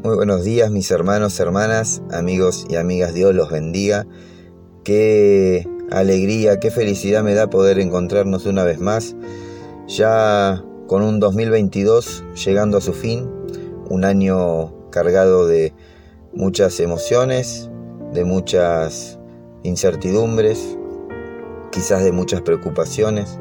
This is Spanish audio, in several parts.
Muy buenos días, mis hermanos, hermanas, amigos y amigas. Dios los bendiga. Qué alegría, qué felicidad me da poder encontrarnos una vez más, ya con un 2022 llegando a su fin, un año cargado de muchas emociones, de muchas incertidumbres, quizás de muchas preocupaciones,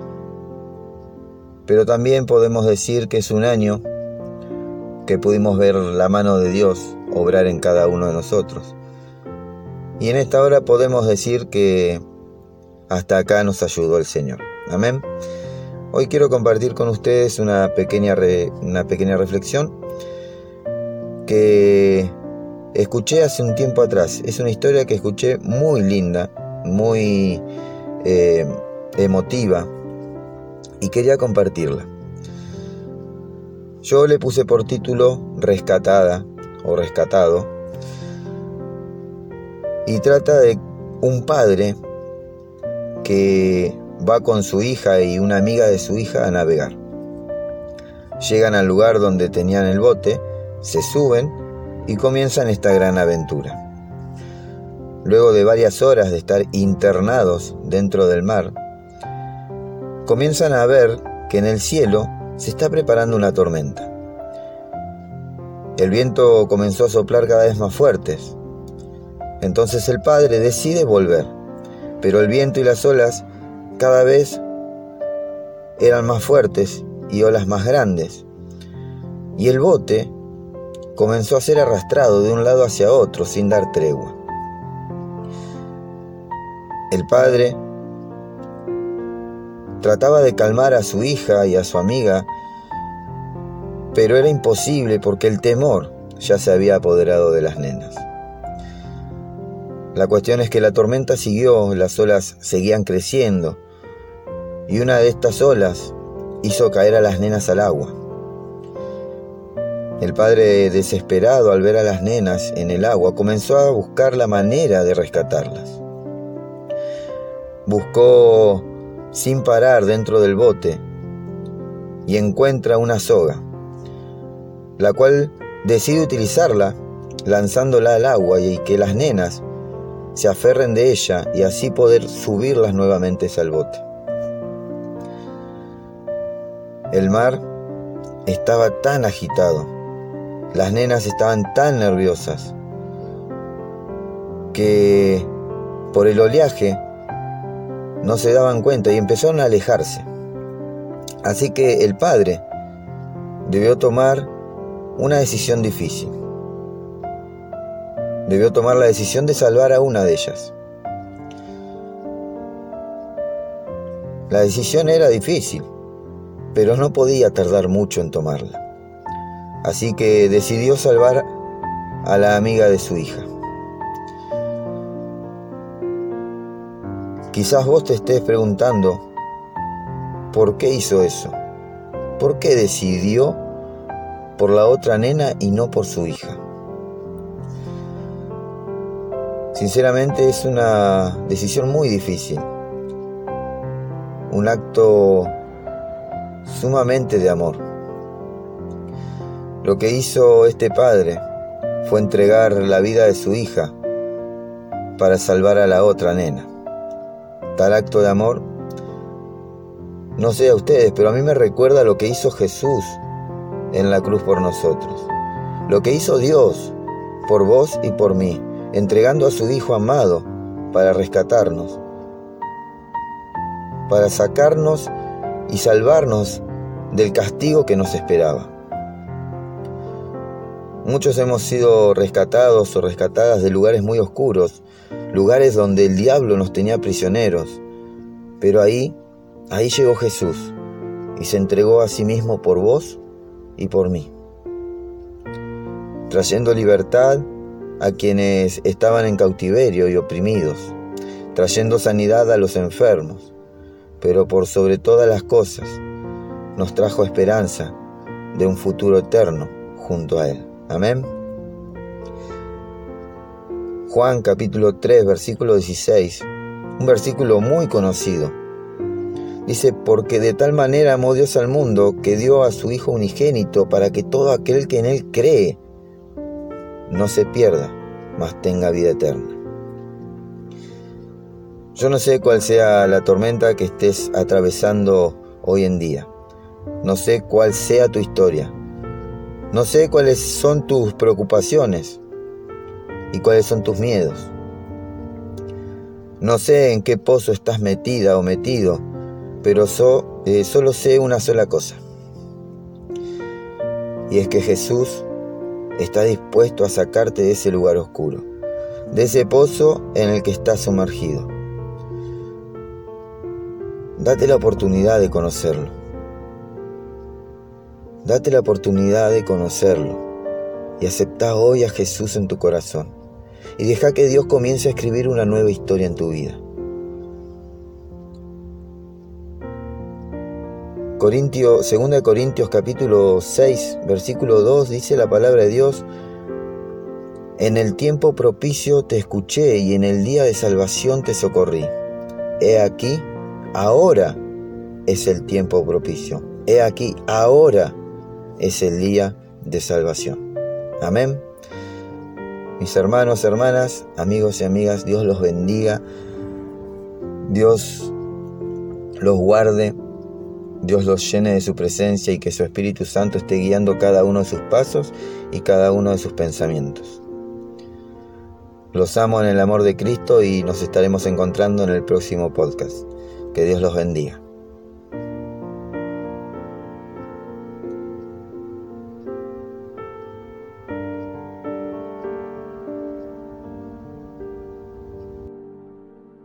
pero también podemos decir que es un año que pudimos ver la mano de Dios obrar en cada uno de nosotros. Y en esta hora podemos decir que hasta acá nos ayudó el Señor. Amén. Hoy quiero compartir con ustedes una pequeña reflexión que escuché hace un tiempo atrás. Es una historia que escuché muy linda, muy emotiva, y quería compartirla. Yo le puse por título Rescatada o Rescatado, y trata de un padre que va con su hija y una amiga de su hija a navegar. Llegan al lugar donde tenían el bote, se suben y comienzan esta gran aventura. Luego de varias horas de estar internados dentro del mar, comienzan a ver que en el cielo se está preparando una tormenta. El viento comenzó a soplar cada vez más fuertes. Entonces el padre decide volver, pero el viento y las olas cada vez eran más fuertes y olas más grandes. Y el bote comenzó a ser arrastrado de un lado hacia otro sin dar tregua. El padre trataba de calmar a su hija y a su amiga, pero era imposible porque el temor ya se había apoderado de las nenas. La cuestión es que la tormenta siguió, las olas seguían creciendo, y una de estas olas hizo caer a las nenas al agua. El padre, desesperado al ver a las nenas en el agua, comenzó a buscar la manera de rescatarlas. Buscó sin parar dentro del bote y encuentra una soga, la cual decide utilizarla lanzándola al agua y que las nenas se aferren de ella y así poder subirlas nuevamente al bote. El mar estaba tan agitado, las nenas estaban tan nerviosas que por el oleaje no se daban cuenta y empezaron a alejarse. Así que el padre debió tomar una decisión difícil. Debió tomar la decisión de salvar a una de ellas. La decisión era difícil, pero no podía tardar mucho en tomarla. Así que decidió salvar a la amiga de su hija. Quizás vos te estés preguntando, ¿por qué hizo eso? ¿Por qué decidió por la otra nena y no por su hija? Sinceramente es una decisión muy difícil, un acto sumamente de amor. Lo que hizo este padre fue entregar la vida de su hija para salvar a la otra nena. Tal acto de amor, no sé a ustedes, pero a mí me recuerda lo que hizo Jesús en la cruz por nosotros, lo que hizo Dios por vos y por mí, entregando a su Hijo amado para rescatarnos, para sacarnos y salvarnos del castigo que nos esperaba. Muchos hemos sido rescatados o rescatadas de lugares muy oscuros, lugares donde el diablo nos tenía prisioneros, pero ahí llegó Jesús y se entregó a sí mismo por vos y por mí, trayendo libertad a quienes estaban en cautiverio y oprimidos, trayendo sanidad a los enfermos, pero por sobre todas las cosas nos trajo esperanza de un futuro eterno junto a Él. Amén. Juan capítulo 3, versículo 16, un versículo muy conocido. Dice, porque de tal manera amó Dios al mundo que dio a su Hijo unigénito para que todo aquel que en Él cree no se pierda, mas tenga vida eterna. Yo no sé cuál sea la tormenta que estés atravesando hoy en día. No sé cuál sea tu historia. No sé cuáles son tus preocupaciones y cuáles son tus miedos. No sé en qué pozo estás metida o metido, pero solo sé una sola cosa. Y es que Jesús está dispuesto a sacarte de ese lugar oscuro, de ese pozo en el que estás sumergido. Date la oportunidad de conocerlo. Date la oportunidad de conocerlo y acepta hoy a Jesús en tu corazón y deja que Dios comience a escribir una nueva historia en tu vida. 2 Corintios capítulo 6, versículo 2 dice la palabra de Dios: en el tiempo propicio te escuché y en el día de salvación te socorrí. He aquí, ahora es el tiempo propicio. He aquí, ahora es el día de salvación. Amén. Mis hermanos, hermanas, amigos y amigas, Dios los bendiga. Dios los guarde. Dios los llene de su presencia y que su Espíritu Santo esté guiando cada uno de sus pasos y cada uno de sus pensamientos. Los amo en el amor de Cristo y nos estaremos encontrando en el próximo podcast. Que Dios los bendiga.